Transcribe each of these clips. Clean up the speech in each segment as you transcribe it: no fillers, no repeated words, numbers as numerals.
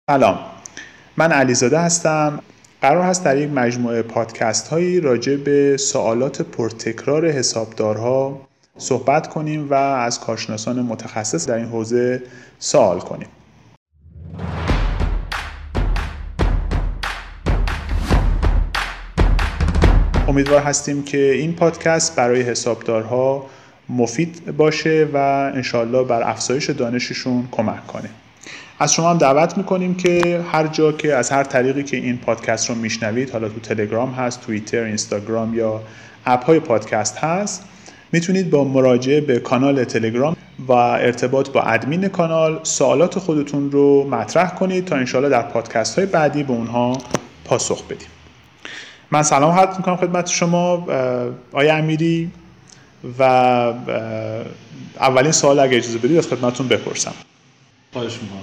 سلام، من علیزاده هستم. قرار هست در یک مجموعه پادکست هایی راجع به سوالات پرتکرار حسابدارها صحبت کنیم و از کارشناسان متخصص در این حوزه سوال کنیم. امیدوار هستیم که این پادکست برای حسابدارها مفید باشه و انشالله بر افزایش دانششون کمک کنه. از شما هم دعوت میکنیم که هر جا که از هر طریقی که این پادکست رو میشنوید، حالا تو تلگرام هست، توییتر، اینستاگرام یا اپ های پادکست هست، میتونید با مراجعه به کانال تلگرام و ارتباط با ادمین کانال سوالات خودتون رو مطرح کنید تا انشالله در پادکست های بعدی به اونها پاسخ بدیم. من سلام عرض میکنم خدمت شما آقای امیری و اولین سوال اگه اجازه بدید از خدمتتون بپرسم. خواهش میکنم.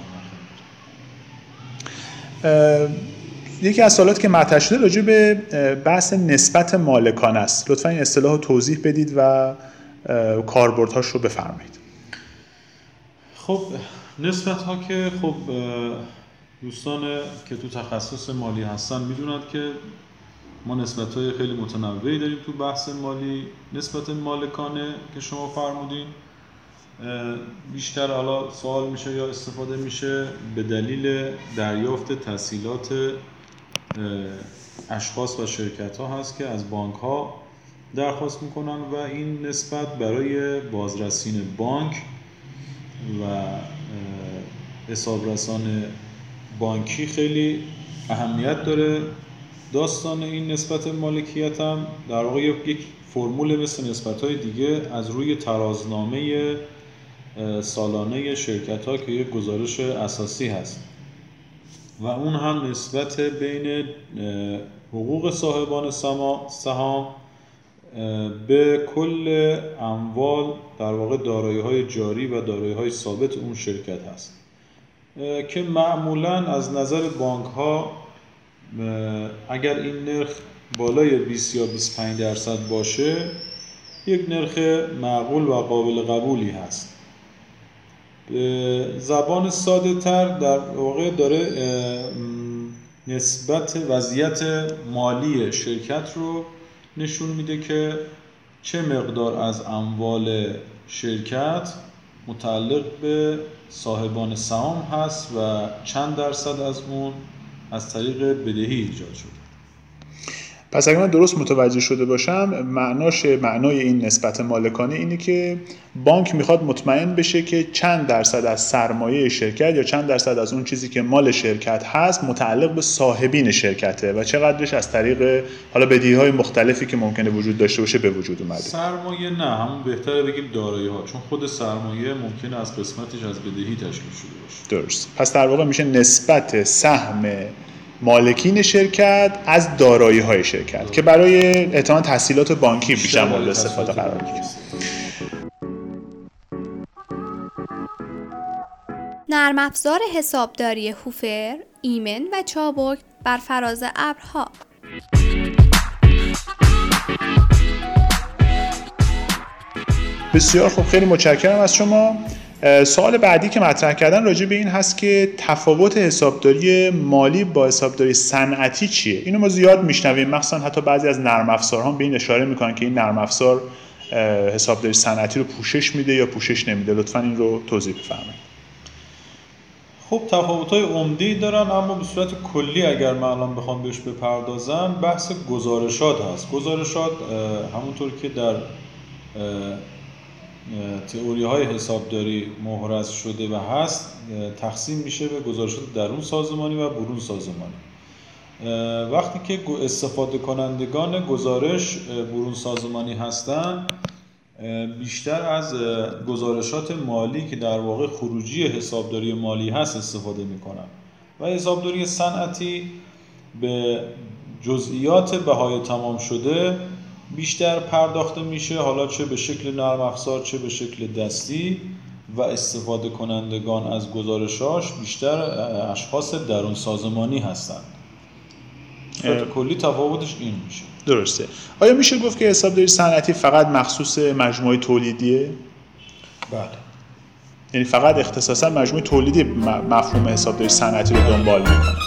یکی از سوالاتی که مطرح شده راجع به بحث نسبت مالکان است. لطفا این اصطلاح رو توضیح بدید و کاربردهاش رو بفرمایید. خب نسبت ها که دوستان که تو تخصص مالی هستن میدونند که ما نسبت های خیلی متنوعی داریم تو بحث مالی. نسبت مالکانه که شما فرمودین بیشتر حالا سوال میشه یا استفاده میشه به دلیل دریافت تسهیلات اشخاص و شرکت ها هست که از بانک ها درخواست میکنن و این نسبت برای بازرسین بانک و حسابرسان بانکی خیلی اهمیت داره. داستان این نسبت مالکیت هم در واقع یک فرمول مثل نسبت‌های دیگه از روی ترازنامه سالانه شرکت ها که یک گزارش اساسی هست و اون هم نسبت بین حقوق صاحبان سهام به کل اموال در واقع دارایی‌های جاری و دارایی‌های ثابت اون شرکت هست که معمولاً از نظر بانک ها اگر این نرخ بالای 20 یا 25% باشه یک نرخ معقول و قابل قبولی هست. به زبان ساده تر در واقع داره نسبت وضعیت مالی شرکت رو نشون میده که چه مقدار از اموال شرکت متعلق به صاحبان سهام هست و چند درصد از اون از طریق بدهی ایجاد شده. پس اگر من درست متوجه شده باشم معنای این نسبت مالکانه اینه که بانک میخواد مطمئن بشه که چند درصد از سرمایه شرکت یا چند درصد از اون چیزی که مال شرکت هست متعلق به صاحبین شرکته و چقدرش از طریق حالا بدهی‌های مختلفی که ممکنه وجود داشته باشه به وجود اومده. سرمایه نه، همون بهتره بگیم دارایی‌ها، چون خود سرمایه ممکنه از قسمتش از بدهی تشکیل شده باشه. درست. پس در واقع میشه نسبت سهم مالکین شرکت از دارایی‌های شرکت که برای احتمال تسهیلات بانکی بیشتر مورد استفاده قرار می‌گیره. نرم افزار حسابداری هوفر، ایمن و چابک بر فراز ابرها. بسیار خوب، خیلی متشکرم از شما. سوال بعدی که مطرح کردن راجع به این هست که تفاوت حسابداری مالی با حسابداری صنعتی چیه؟ اینو ما زیاد میشنویم، مخصوصا حتی بعضی از نرم افزارها به این اشاره میکنن که این نرم افزار حسابداری صنعتی رو پوشش میده یا پوشش نمیده. لطفاً این رو توضیح بفرمایید. خب تفاوت‌های عمده‌ای دارن، اما به صورت کلی اگر من الان بخوام بهش بپردازم بحث گزارشات هست. گزارشات همونطور که در تئوری‌های حسابداری محرز شده و هست تقسیم میشه به گزارشات درون سازمانی و برون سازمانی. وقتی که استفاده کنندگان گزارش برون سازمانی هستن بیشتر از گزارشات مالی که در واقع خروجی حسابداری مالی هست استفاده میکنن و حسابداری صنعتی به جزئیات بهای تمام شده بیشتر پرداخته میشه، حالا چه به شکل نرم افزار چه به شکل دستی و استفاده کنندگان از گزارشاش بیشتر اشخاص درون سازمانی هستند. کلی تفاوتش این میشه. درسته. آیا میشه گفت که حسابداری صنعتی فقط مخصوص مجموعه تولیدیه؟ بله. یعنی فقط اختصاصا مجموعه تولیدی مفهوم حسابداری صنعتی رو دنبال میکنه.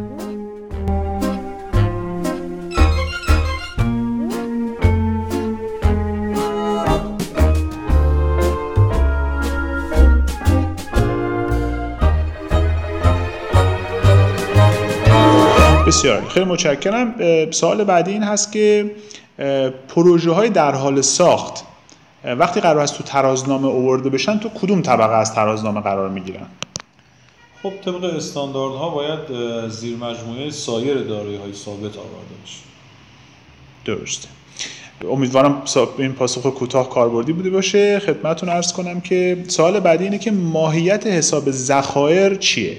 بسیار خیلی متشکرم. سوال بعدی این هست که پروژه های در حال ساخت وقتی قرار است تو ترازنامه آورده بشن تو کدوم طبقه از ترازنامه قرار میگیرن؟ خب طبق استانداردها باید زیر مجموعه سایر دارایی‌های ثابت آورده بشه. درسته. امیدوارم این پاسخ کوتاه کاربردی بوده باشه. خدمتتون عرض کنم که سوال بعدی اینه که ماهیت حساب ذخایر چیه؟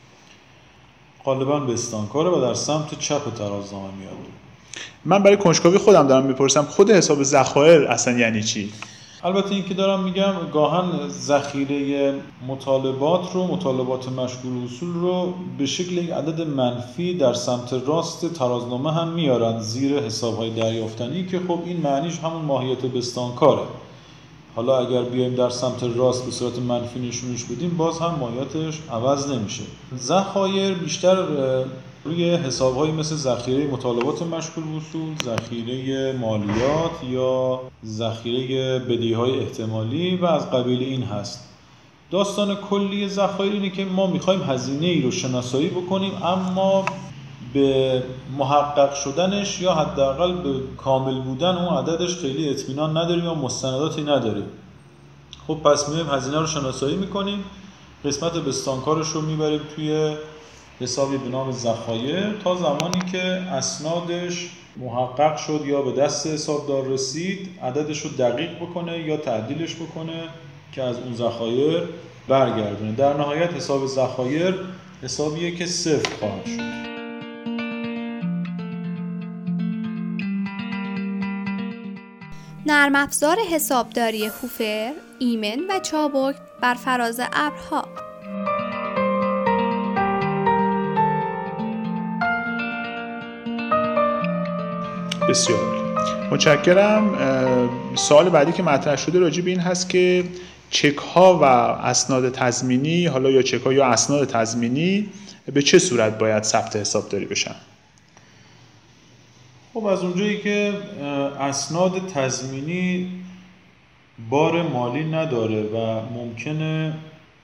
غالباً بستانکاره و در سمت چپ ترازنامه میاد. من برای کنجکاوی خودم دارم میپرسم خود حساب ذخایر اصلا یعنی چی؟ البته این که دارم میگم گاهن ذخیره مطالبات مشغول اصول رو به شکل یک عدد منفی در سمت راست ترازنامه هم میارن زیر حساب‌های دریافتنی که خب این معنیش همون ماهیت بستانکاره. حالا اگر بیایم در سمت راست به صورت منفی نشونش بدیم باز هم ماهیتش عوض نمیشه. ذخایر بیشتر روی حساب‌هایی مثل ذخیره مطالبات مشغول اصول، ذخیره مالیات یا ذخیره بدهی‌های احتمالی و از قبیل این هست. داستان کلی ذخایر اینه که ما می‌خوایم هزینه‌ای رو شناسایی بکنیم اما به محقق شدنش یا حداقل به کامل بودن اون عددش خیلی اطمینان نداریم یا مستنداتی نداریم. خب پس میایم هزینه رو شناسایی می‌کنیم، قسمت بستانکارش رو می‌بریم توی حسابی به نام ذخایر تا زمانی که اسنادش محقق شد یا به دست حسابدار رسید عددش رو دقیق بکنه یا تعدیلش بکنه که از اون ذخایر برگردونه. در نهایت حساب ذخایر حسابیه که صفر خواهد شد. نرم افزار حسابداری هوفر، ایمن و چابک بر فراز ابرها. بسیار متشکرم. سوال بعدی که مطرح شده راجع به این هست که چک ها و اسناد تضمینی، حالا یا چک ها یا اسناد تضمینی به چه صورت باید ثبت حسابداری بشن؟ خب از اونجایی که اسناد تضمینی بار مالی نداره و ممکنه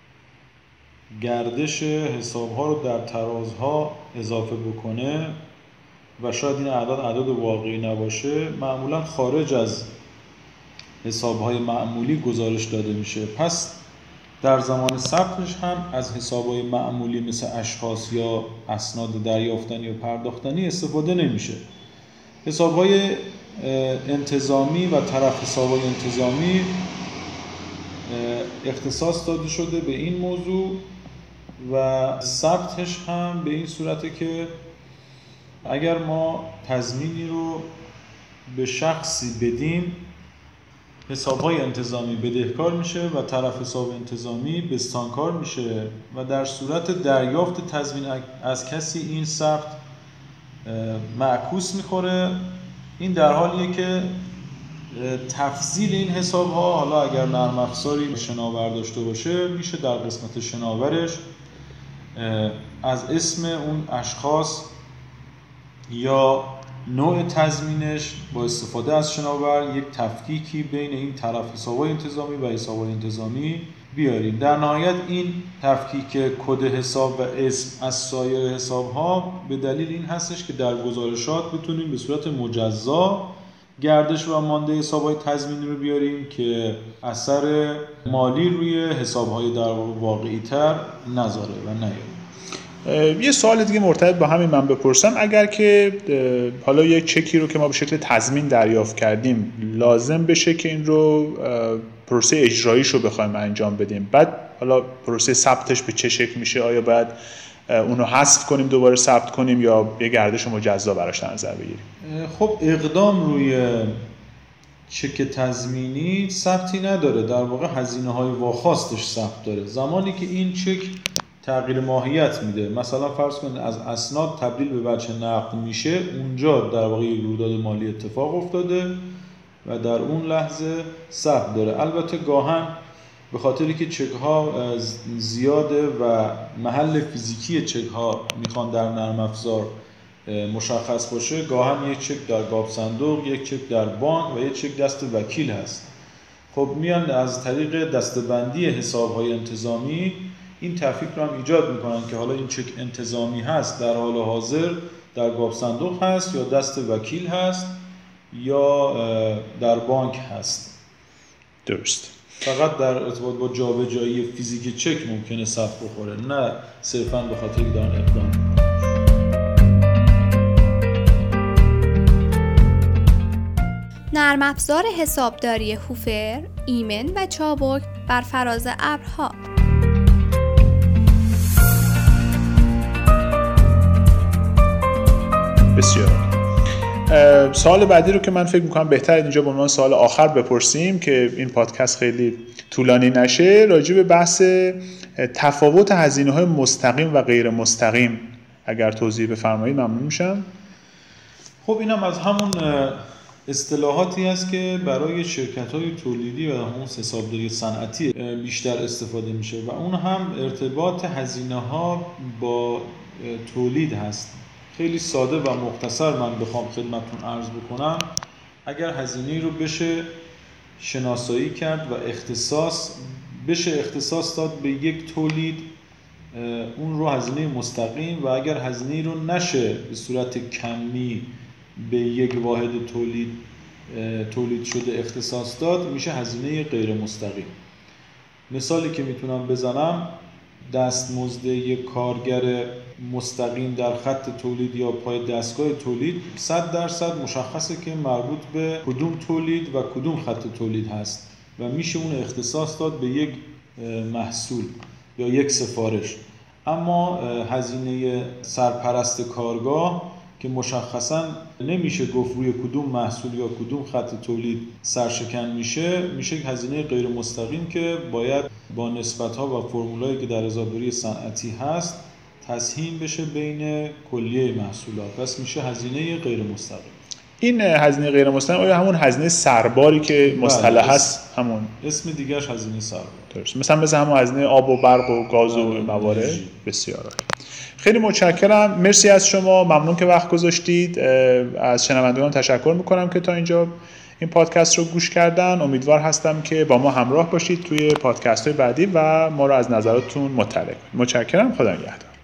گردش حساب‌ها رو در ترازها اضافه بکنه و شاید این اعداد واقعی نباشه، معمولا خارج از حساب‌های معمولی گزارش داده میشه. پس در زمان ثبتش هم از حساب‌های معمولی مثل اشخاص یا اسناد دریافتنی و پرداختنی استفاده نمیشه. حساب‌های انتظامی و طرف حساب‌های انتظامی اختصاص داده شده به این موضوع و ثبتش هم به این صورته که اگر ما تضمینی رو به شخصی بدیم حساب‌های انتظامی بدهکار میشه و طرف حساب انتظامی بستانکار میشه و در صورت دریافت تضمین از کسی این ثبت معکوس میخوره. این در حالیه که تفضیل این حساب‌ها حالا اگر نرم افزاری شناور داشته باشه میشه در قسمت شناورش از اسم اون اشخاص یا نوع تضمینش با استفاده از شناور یک تفکیکی بین این طرف حساب‌های انتظامی و حساب‌های انتظامی بیاریم. در نهایت این تفکیک کد حساب و اسم از سایر حساب‌ها به دلیل این هستش که در گزارشات بتونیم به صورت مجزا گردش و مانده حساب‌های تضمینی رو بیاریم که اثر مالی روی حساب‌های در واقعی‌تر نذاره و نیاره. یه سوال دیگه مرتبط با همین من بپرسم، اگر که حالا یک چکی رو که ما به شکل تضمین دریافت کردیم لازم بشه که این رو پروسه اجراییش رو بخوایم انجام بدیم، بعد حالا پروسه ثبتش به چه شکل میشه؟ آیا باید اونو حذف کنیم دوباره ثبت کنیم یا یه گردش مجزا براش در نظر بگیریم؟ خب اقدام روی چک تضمینی ثبتی نداره، در واقع هزینه‌های واخواستش ثبت داره. زمانی که این چک تغییر ماهیت میده، مثلا فرض کنید از اسناد تبدیل به وجه نقد میشه، اونجا در واقع یک رویداد مالی اتفاق افتاده و در اون لحظه ثبت داره. البته گاهن به خاطری که چک ها زیاده و محل فیزیکی چک ها میخوان در نرم افزار مشخص باشه. گاهن یک چک در گاب صندوق، یک چک در بانک و یک چک دست وکیل هست. خب میان از طریق دسته‌بندی حساب‌های انتظامی این تفکیک رو هم ایجاد میکنن که حالا این چک انتظامی هست در حال حاضر در گاب صندوق هست یا دست وکیل هست یا در بانک هست. درست. فقط در ارتباط با جابجایی فیزیک چک ممکنه صف بخوره، نه صرفاً به خاطر که دارن اقدام میکنن. نرم افزار حسابداری هوفر، ایمن و چابک بر فراز ابرها. بسیار. سوال بعدی رو که من فکر میکنم بهتره اینجا به عنوان سوال آخر بپرسیم که این پادکست خیلی طولانی نشه، راجع به بحث تفاوت هزینه‌های مستقیم و غیر مستقیم اگر توضیح بفرمایید ممنون میشم. خب اینم از همون اصطلاحاتی است که برای شرکت‌های تولیدی و همون حسابداری صنعتی بیشتر استفاده میشه و اون هم ارتباط هزینه‌ها با تولید هست. خیلی ساده و مختصر من بخوام خدمتتون عرض بکنم، اگر هزینه‌ای رو بشه شناسایی کرد و اختصاص داد به یک تولید، اون رو هزینه مستقیم، و اگر هزینه‌ای رو نشه به صورت کمی به یک واحد تولید شده اختصاص داد، میشه هزینه غیر مستقیم. مثالی که میتونم بزنم، دستمزد یک کارگر مستقیم در خط تولید یا پای دستگاه تولید 100% مشخصه که مربوط به کدوم تولید و کدوم خط تولید هست و میشه اون اختصاص داد به یک محصول یا یک سفارش. اما هزینه سرپرست کارگاه که مشخصاً نمیشه گفت روی کدوم محصول یا کدوم خط تولید سرشکن میشه هزینه غیر مستقیم که باید با نسبت‌ها و فرمولایی که در حسابداری صنعتی هست تسهیم بشه بین کلیه محصولات، پس میشه هزینه غیر مستقیم. این هزینه غیر مستقیم آیا همون هزینه سرباری که مصطلح هست همون اسم دیگرش هزینه سربار؟ درست، مثلا همون هزینه آب و برق و گاز و موارد. بسیار عالی. خیلی متشکرم، مرسی از شما، ممنون که وقت گذاشتید. از شنوندگان تشکر میکنم که تا اینجا این پادکست رو گوش کردن. امیدوار هستم که با ما همراه باشید توی پادکست های بعدی و ما رو از نظراتتون مطلع کنید. متشکرم، خدا نگهدار.